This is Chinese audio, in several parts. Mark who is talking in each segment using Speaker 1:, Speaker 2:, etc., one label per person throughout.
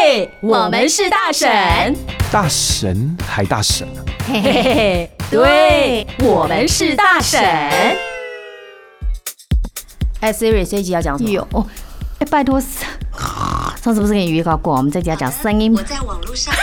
Speaker 1: 对，我们是大婶。
Speaker 2: 大神还大神啊！
Speaker 1: 嘿嘿嘿，对，我们是大婶。哎 ，Siri， 这一集要讲什么？
Speaker 3: 有，拜托，上次不是跟你预告过，我们这集要讲声音。
Speaker 4: 我在网络上。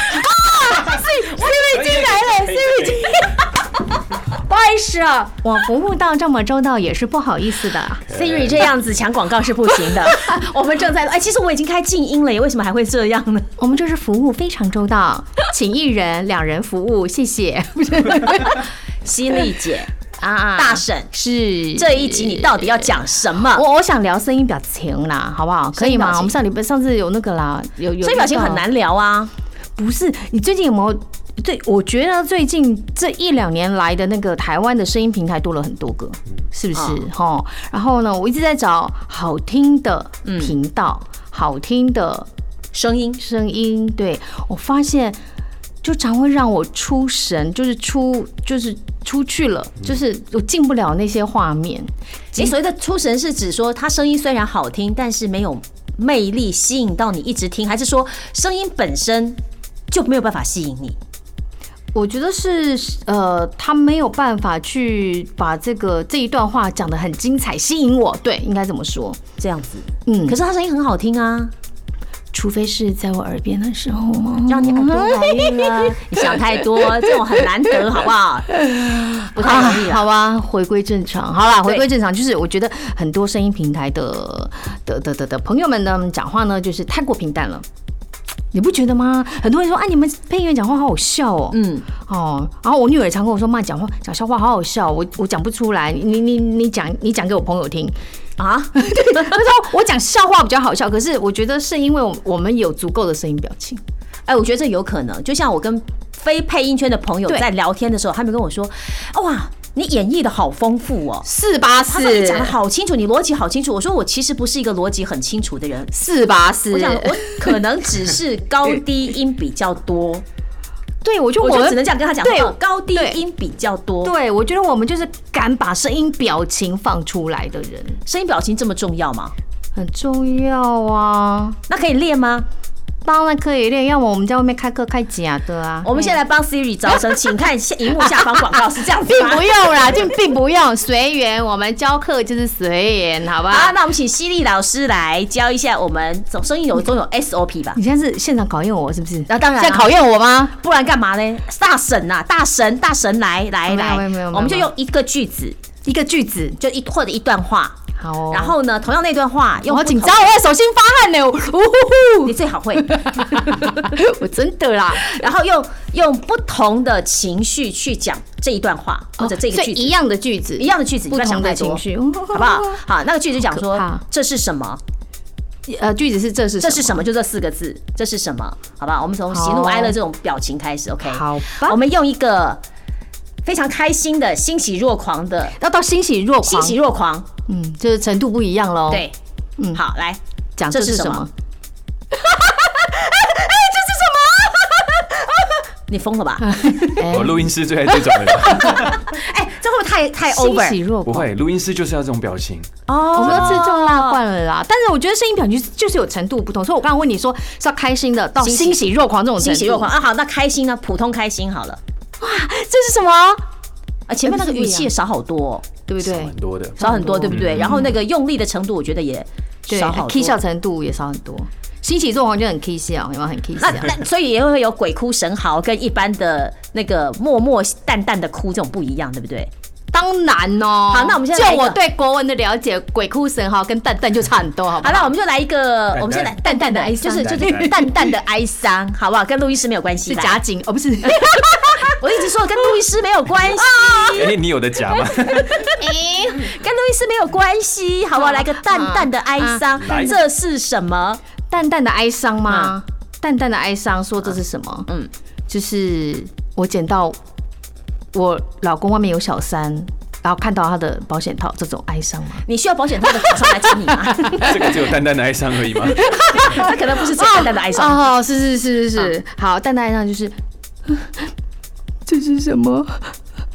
Speaker 3: Siri 进来了 ，Siri 进来了。不好意思啊，我服务到这么周到也是不好意思的。
Speaker 1: Siri 这样子抢广告是不行的。我们正在其实我已经开静音了耶，为什么还会这样呢？
Speaker 3: 我们就是服务非常周到，请一人2人服务，谢谢。
Speaker 1: 犀利姐啊，大婶
Speaker 3: 是
Speaker 1: 这一集你到底要讲什么？
Speaker 3: 我想聊声音表情啦，好不好？可以吗？我们上次有那个啦，有
Speaker 1: 声音表情很难聊啊。
Speaker 3: 不是，你最近有没有？对，我觉得最近这1-2年来的那个台湾的声音平台多了很多个，是不是？然后呢，我一直在找好听的频道，好听的声音。对，我发现就常会让我出神，就是出去了，就是我进不了那些画面。
Speaker 1: 你所谓的出神是指说，它声音虽然好听，但是没有魅力吸引到你一直听，还是说声音本身就没有办法吸引你？
Speaker 3: 我觉得是他没有办法去把这一段话讲得很精彩，吸引我。对，应该这么说，
Speaker 1: 这样子。可是他声音很好听啊，
Speaker 3: 除非是在我耳边的时候吗？
Speaker 1: 让你耳朵怀孕了，你想太多，这种很难得，好不好？不太容易啊。
Speaker 3: 好吧，回归正常。好啦，回归正常，就是我觉得很多声音平台的朋友们呢，讲话呢，就是太过平淡了。你不觉得吗？很多人说，你们配音员讲话好好笑哦。然后我女儿常跟我说，妈，讲笑话好好笑，我讲不出来，你讲给我朋友听啊。她说我讲笑话比较好笑，可是我觉得是因为我们有足够的声音表情。
Speaker 1: 我觉得这有可能，就像我跟非配音圈的朋友在聊天的时候，他们跟我说，哇，你演绎的好丰富哦
Speaker 3: ，484，
Speaker 1: 他说你讲的好清楚，你逻辑好清楚。我说我其实不是一个逻辑很清楚的人
Speaker 3: ，484，
Speaker 1: 我想我可能只是高低音比较多。
Speaker 3: 对，我就
Speaker 1: 只能这样跟他讲，对，高低音比较多。
Speaker 3: 对，我觉得我们就是敢把声音表情放出来的人。
Speaker 1: 声音表情这么重要吗？
Speaker 3: 很重要啊。
Speaker 1: 那可以练吗？
Speaker 3: 当然可以练，要么我们在外面开课开假的啊。
Speaker 1: 我们现在帮 Siri 招生，请看荧幕下方广告，是这样子吗？
Speaker 3: 并不用啦，并不用，随缘。我们教课就是随缘，好不好？
Speaker 1: 好，那我们请犀利老师来教一下我们。声音总有 SOP 吧？
Speaker 3: 你现在是现场考验我是不是？
Speaker 1: 当然，
Speaker 3: 现在考验我吗？
Speaker 1: 不然干嘛呢？大神呐，大神来，
Speaker 3: 没有，
Speaker 1: 我们就用一个句子，就或者一段话。
Speaker 3: 好，
Speaker 1: 然后呢，同样那段话用，
Speaker 3: 我好紧张，我手心发汗呢。
Speaker 1: 你最好会，
Speaker 3: 我真的啦。
Speaker 1: 然后用不同的情绪去讲这一段话，或者这个句子，
Speaker 3: 一样的句子，
Speaker 1: 不同的情绪，好不好？好，那个句子讲说这是什么？
Speaker 3: 句子是这是
Speaker 1: 什么？就这4个字，这是什么？好不好？我们从喜怒哀乐这种表情开始 ，OK？
Speaker 3: 好吧。
Speaker 1: 我们用一个非常开心的、欣喜若狂的，
Speaker 3: 要到欣喜若狂。就是程度不一样喽。
Speaker 1: 对，好，来
Speaker 3: 讲这是什么？这
Speaker 1: 是什么？你疯了吧？
Speaker 2: 我录音师最爱这种人。
Speaker 1: 这会不会太 over？
Speaker 3: 欣喜若狂。
Speaker 2: 不会，录音师就是要这种表情。
Speaker 3: 我们都自重辣惯了啦。但是我觉得声音表情就是有程度不同，所以我刚刚问你说是要开心的到欣喜若狂这种程度。
Speaker 1: 欣喜若狂啊，好，那开心呢？普通开心好了。
Speaker 3: 哇，这是什么？
Speaker 1: 前面那个语气也少好多，
Speaker 3: 对不对？
Speaker 1: 少很多，对不对？然后那个用力的程度，我觉得也少好多
Speaker 3: ，K 笑程度也少很多。欣喜若狂就很 K 笑，有没有很 K 笑？
Speaker 1: 那所以也会有鬼哭神嚎，跟一般的那个默默淡淡的哭这种不一样，对不对？
Speaker 3: 当然哦。
Speaker 1: 好，那我们现在
Speaker 3: 就我对国文的了解，鬼哭神嚎跟淡淡就差很多，好不好？
Speaker 1: 好，那我们就来一个，我们先来淡淡的哀伤，就是淡淡的哀伤，好不好？跟录音师没有关系，
Speaker 3: 是假景哦，不是。
Speaker 1: 我一直说跟录音师没有关系。
Speaker 2: 你有的假吗？
Speaker 1: 跟录音师没有关系，好不好？来个淡淡的哀伤，这是什么？
Speaker 3: 淡淡的哀伤吗？淡淡的哀伤，说这是什么？就是我捡到我老公外面有小三，然后看到他的保险套，这种哀伤吗？
Speaker 1: 你需要保险套的厂商来请你吗？
Speaker 2: 这个只有淡淡的哀伤而已吗？
Speaker 1: 这可能不是最淡淡的哀伤。
Speaker 3: 哦，是，好，淡淡的哀伤就是。这是什么？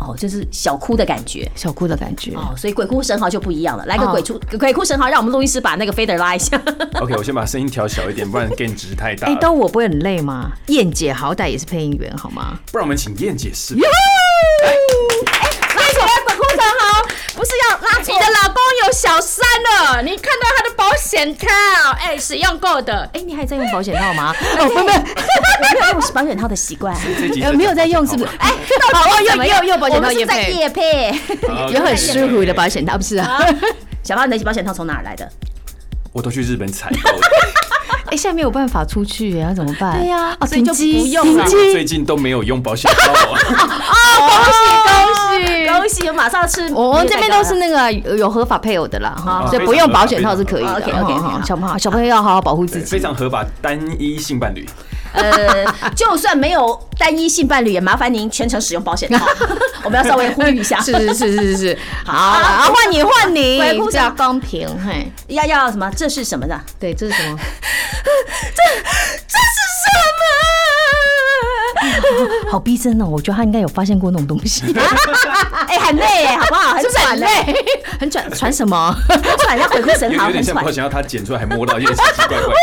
Speaker 1: 哦，就是小哭的感觉。
Speaker 3: 小哭的感觉。
Speaker 1: 哦，所以鬼哭神嚎就不一样了。来个鬼哭神嚎，让我们录音师把那个 fader 拉一下。
Speaker 2: OK， 我先把声音调小一点，不然 gain 值太大了。
Speaker 3: 都我不会很累吗？燕姐好歹也是配音员好吗？
Speaker 2: 不然我们请燕姐示。
Speaker 1: 拉起来鬼哭神嚎，不是要拉错。
Speaker 3: 你的老公有小三了，你看到他的保险套，使用过的。你还在用保险套吗？
Speaker 1: 我没有用保险套的习惯。
Speaker 3: 没有在用是不是？又保险套
Speaker 1: 业配，业配，
Speaker 3: 有很舒服的保险套不是啊？
Speaker 1: 小胖，你的保险套从哪儿来的？
Speaker 2: 我都去日本采购的。
Speaker 3: 现在没有办法出去，要怎么办？
Speaker 1: 对呀，
Speaker 3: 所以就不
Speaker 1: 用了。
Speaker 2: 最近都没有用保险套。
Speaker 1: 恭喜！我马上吃。
Speaker 3: 我们这边都是那个有合法配偶的啦，所以不用保险套是可以的。
Speaker 1: OK，
Speaker 3: 小朋友要好好保护自己。
Speaker 2: 非常合法，单一性伴侣。
Speaker 1: 就算没有单一性伴侣，也麻烦您全程使用保险套。我们要稍微呼吁一下。
Speaker 3: 是。好，换你，比较公平。嘿，
Speaker 1: 要什么？这是什么的？
Speaker 3: 对，这是什么？
Speaker 1: 这是什么？
Speaker 3: 好逼真哦！我觉得他应该有发现过那种东西。
Speaker 1: 很累好不好？很喘
Speaker 3: 累，很喘什么？
Speaker 1: 喘要鬼哭神嚎，
Speaker 2: 有点像抱歉，要他剪出来还摸到一些奇奇怪怪。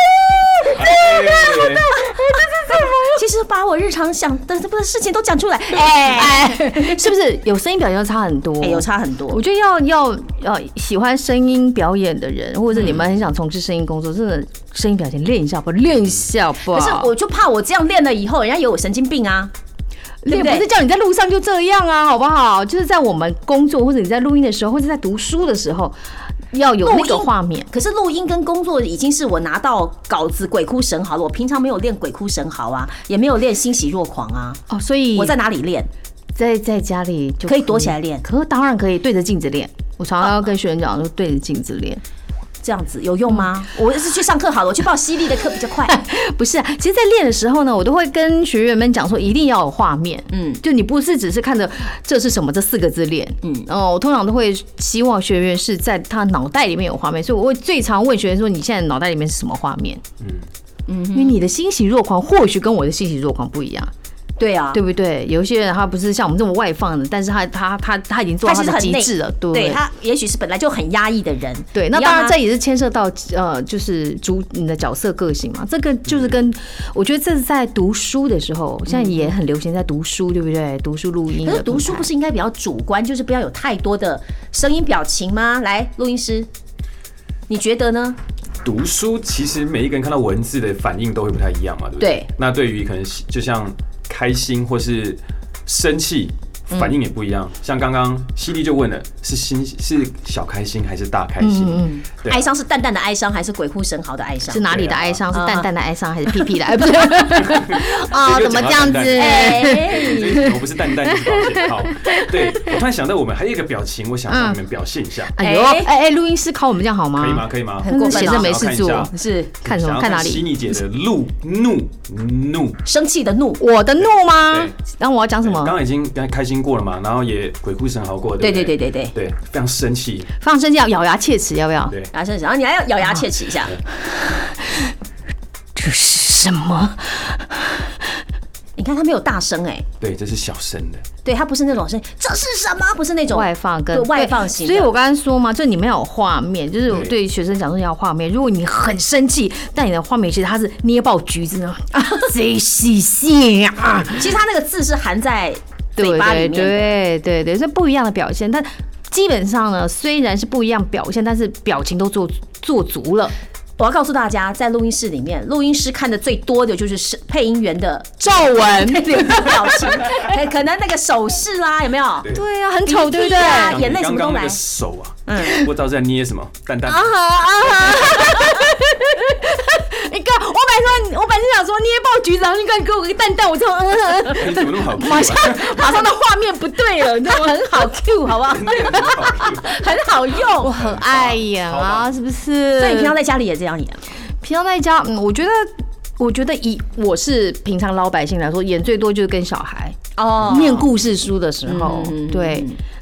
Speaker 1: 其实把我日常想的事情都讲出来，
Speaker 3: 是不是有声音表现差很多？
Speaker 1: 有差很多。
Speaker 3: 我觉得要喜欢声音表演的人，或者你们很想从事声音工作，真的声音表现练一下吧。可
Speaker 1: 是我就怕我这样练了以后，人家以为我神经病啊。
Speaker 3: 对不对？不是叫你在路上就这样啊，好不好？就是在我们工作或者你在录音的时候，或者在读书的时候，要有那个画面。
Speaker 1: 可是录音跟工作已经是我拿到稿子鬼哭神嚎了，我平常没有练鬼哭神嚎啊，也没有练欣喜若狂啊。
Speaker 3: 所以
Speaker 1: 我在哪里练？
Speaker 3: 在家里就
Speaker 1: 可以躲起来练。
Speaker 3: 当然可以对着镜子练。我常常要跟学员讲说，对着镜子练。
Speaker 1: 这样子有用吗？我是去上课好了，我去报犀利的课比较快。
Speaker 3: 不是啊，其实，在练的时候呢，我都会跟学员们讲说，一定要有画面。就你不是只是看着这是什么这4个字练。我通常都会希望学员是在他脑袋里面有画面，所以我会最常问学员说，你现在脑袋里面是什么画面？因为你的欣喜若狂或许跟我的欣喜若狂不一样。
Speaker 1: 对啊，
Speaker 3: 对不对？有一些人他不是像我们这么外放的，但是他已经做到他的极致了。
Speaker 1: 对，他也许是本来就很压抑的人。
Speaker 3: 对，那当然这也是牵涉到就是你的角色个性嘛。这个就是我觉得这是在读书的时候，现在也很流行在读书，对不对？读书录音。
Speaker 1: 可是读书不是应该比较主观，就是不要有太多的声音表情吗？来，录音师，你觉得呢？
Speaker 2: 读书其实每一个人看到文字的反应都会不太一样嘛，对不对？
Speaker 1: 对。
Speaker 2: 那对于可能就像开心或是生气，反应也不一样。像刚刚犀利就问了，是小开心还是大开心？
Speaker 1: 哀伤是淡淡的哀伤，还是鬼哭神嚎的哀伤？
Speaker 3: 是哪里的哀伤？是淡淡的哀伤，还是屁屁的哀？不是怎么这样子？
Speaker 2: 我不是淡淡就是保险套。对，我突然想到，我们还有一个表情，我想让你们表现一下。
Speaker 3: 录音师考我们这样好吗？
Speaker 2: 可以吗？
Speaker 1: 很过分，
Speaker 3: 闲着没事做。
Speaker 1: 是
Speaker 3: 看什么？看哪里？
Speaker 2: 犀利姐的怒，
Speaker 1: 生气的怒，
Speaker 3: 我的怒吗？然后我要讲什么？
Speaker 2: 刚刚已经开心过了嘛，然后也鬼哭神嚎过，对，非常生气，
Speaker 3: 要咬牙切齿，要不要？
Speaker 2: 对，
Speaker 1: 牙生气，然后你还要咬牙切齿一下。
Speaker 3: 这是什么？
Speaker 1: 你看他没有大声
Speaker 2: 对，这是小声的，
Speaker 1: 对他不是那种声，这是什么？不是那种
Speaker 3: 外放跟
Speaker 1: 外放型。
Speaker 3: 所以我刚刚说嘛，就你们要有画面，就是我对学生讲说要有画面。如果你很生气，但你的画面其实他是捏爆橘子呢，谁细细啊？
Speaker 1: 其实他那个字是含在嘴巴里面
Speaker 3: 的，对，是不一样的表现。但基本上呢，虽然是不一样表现，但是表情都做足了。
Speaker 1: 我要告诉大家，在录音室里面，录音师看的最多的就是配音员的
Speaker 3: 皱纹、
Speaker 1: 表情，可能那个手势啦，有没有？
Speaker 3: 对啊，很丑，对不对？
Speaker 1: 眼泪什么都来。
Speaker 2: 刚刚那个手啊，不知道在捏什么，淡淡。
Speaker 3: 你看，我本来想说捏爆橘子，然后你给我个蛋，我就
Speaker 2: 你怎么那么好 Q？
Speaker 3: 马上的画面不对了，你知道吗？
Speaker 1: 很好 Q， 好不好？很好用，
Speaker 3: 我很爱演啊，是不是？
Speaker 1: 所以你平常在家里也这样演？
Speaker 3: 平常在家，我觉得以我是平常老百姓来说，演最多就是跟小孩念故事书的时候，对。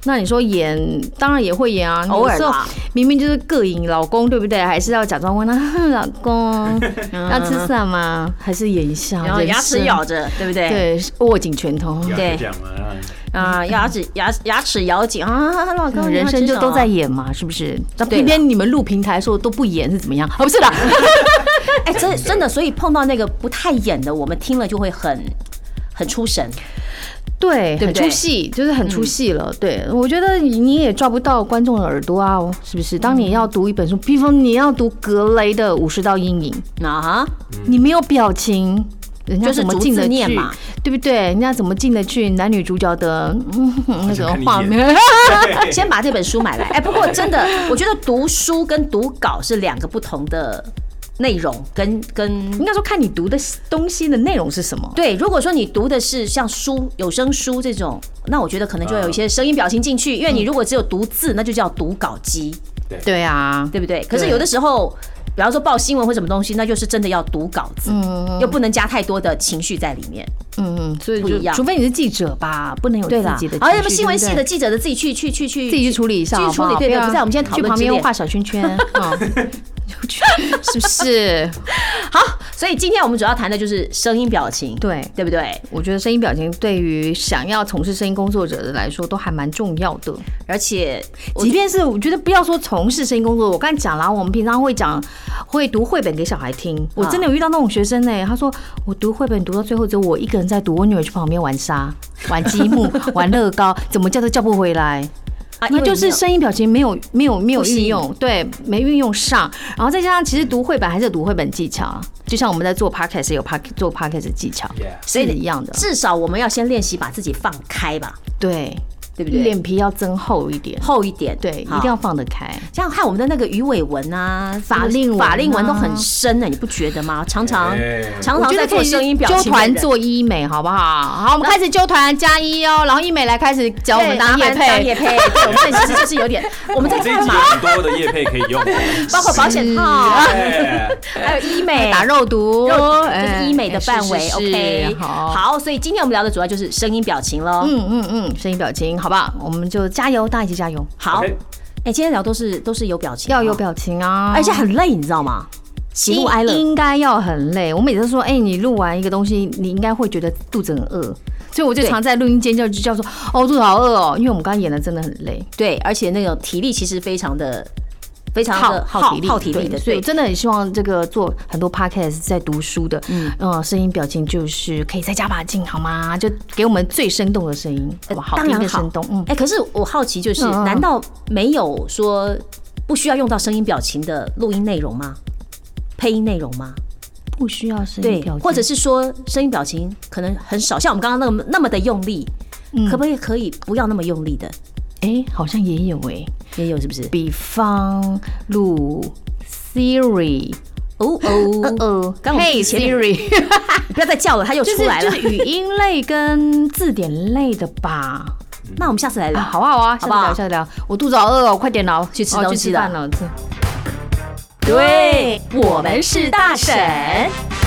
Speaker 3: 那你说演，当然也会演啊，
Speaker 1: 偶尔啦
Speaker 3: 有时候明明就是膈应老公，对不对？还是要假装问他老公要吃什么，还是演一下，
Speaker 1: 然后牙齿咬着，对不对？
Speaker 3: 对，握紧拳头，
Speaker 1: 对
Speaker 2: 讲嘛。
Speaker 1: 牙齿咬紧啊，老公，
Speaker 3: 人生就都在演嘛，是不是？那偏偏你们录平台说都不演是怎么样？哦，不是啦，
Speaker 1: 哎，真的，所以碰到那个不太演的，我们听了就会很出神。
Speaker 3: 对，很出戏，就是很出戏了。对，我觉得你也抓不到观众的耳朵啊，是不是？当你要读一本书，比如说你要读格雷的《50道阴影》
Speaker 1: 啊，
Speaker 3: 你没有表情，人家怎么进得去
Speaker 1: 嘛？
Speaker 3: 对不对？人家怎么进得去男女主角的那个画面？
Speaker 1: 先把这本书买来。哎，不过真的，我觉得读书跟读稿是两个不同的内容，跟
Speaker 3: 应该说看你读的东西的内容是什么。
Speaker 1: 对，如果说你读的是像书、有声书这种，那我觉得可能就有一些声音表情进去，因为你如果只有读字，那就叫读稿机。
Speaker 3: 对啊，
Speaker 1: 对不对？可是有的时候，比方说报新闻或什么东西，那就是真的要读稿子，又不能加太多的情绪在里面。
Speaker 3: 所以
Speaker 1: 不一样，
Speaker 3: 除非你是记者吧，不能有自己的情绪。
Speaker 1: 而且新闻系的记者的自己去自己去处理一下，
Speaker 3: 自己处理，
Speaker 1: 对，不在我们今天讨论
Speaker 3: 去旁边画小圈圈，是不是？
Speaker 1: 好，所以今天我们主要谈的就是声音表情，对不对？
Speaker 3: 我觉得声音表情对于想要从事声音工作者的来说都还蛮重要的，
Speaker 1: 而且
Speaker 3: 即便是我觉得不要说从事声音工作，我刚才讲了，我们平常会读绘本给小孩听，我真的有遇到那种学生呢，他说我读绘本读到最后只有我一个人在读，我女儿去旁边玩沙、玩积木、玩乐高，怎么叫都叫不回来。那就是声音表情没有运用，对，没运用上，然后再加上其实读绘本还是有读绘本技巧，就像我们在做 podcast 也有做 podcast 的技巧，是一样的。
Speaker 1: 至少我们要先练习把自己放开吧，
Speaker 3: 对
Speaker 1: 不对？
Speaker 3: 脸皮要增厚一点，
Speaker 1: 对，
Speaker 3: 一定要放得开。
Speaker 1: 像看我们的那个鱼尾纹啊、法令纹都很深的，你不觉得吗？常常在做声音表情。
Speaker 3: 揪团做医美好不好？好，我们开始揪团加1哦，然后医美来开始教我们当业配。
Speaker 1: 对，我们这其实就是有点我们在干嘛？
Speaker 2: 很多的业配可以用，
Speaker 1: 包括保险套，还有医美、
Speaker 3: 打肉毒，
Speaker 1: 就是医美的范围。OK， 好，所以今天我们聊的主要就是声音表情喽。
Speaker 3: 声音表情。好不好？我们就加油，大家一起加油。
Speaker 1: 好，今天聊都是有表情，
Speaker 3: 要有表情啊，
Speaker 1: 而且很累，你知道吗？喜怒哀乐
Speaker 3: 应该要很累。我每次说，你录完一个东西，你应该会觉得肚子很饿，所以我就常在录音间就叫说，肚子好饿哦，因为我们刚刚演的真的很累。
Speaker 1: 对，而且那个体力其实非常的耗体力的，
Speaker 3: 所以真的很希望这个做很多 podcast 在读书的，声音表情就是可以再加把劲，好吗？就给我们最生动的声音，好听的生动。
Speaker 1: 可是我好奇就是，难道没有说不需要用到声音表情的录音内容吗？配音内容吗？
Speaker 3: 不需要声音表情，
Speaker 1: 或者是说声音表情可能很少，像我们刚刚那么的用力，可不可以不要那么用力的？
Speaker 3: 好像也有
Speaker 1: 也有是不是？
Speaker 3: 比方录 Siri， Hey Siri，
Speaker 1: 不要再叫了，它又出来了。
Speaker 3: 就是语音类跟字典类的吧。
Speaker 1: 那我们下次来聊，
Speaker 3: 好啊，下次聊。我肚子好饿哦，快点了，
Speaker 1: 去吃东西了。
Speaker 3: 对，我们是大婶。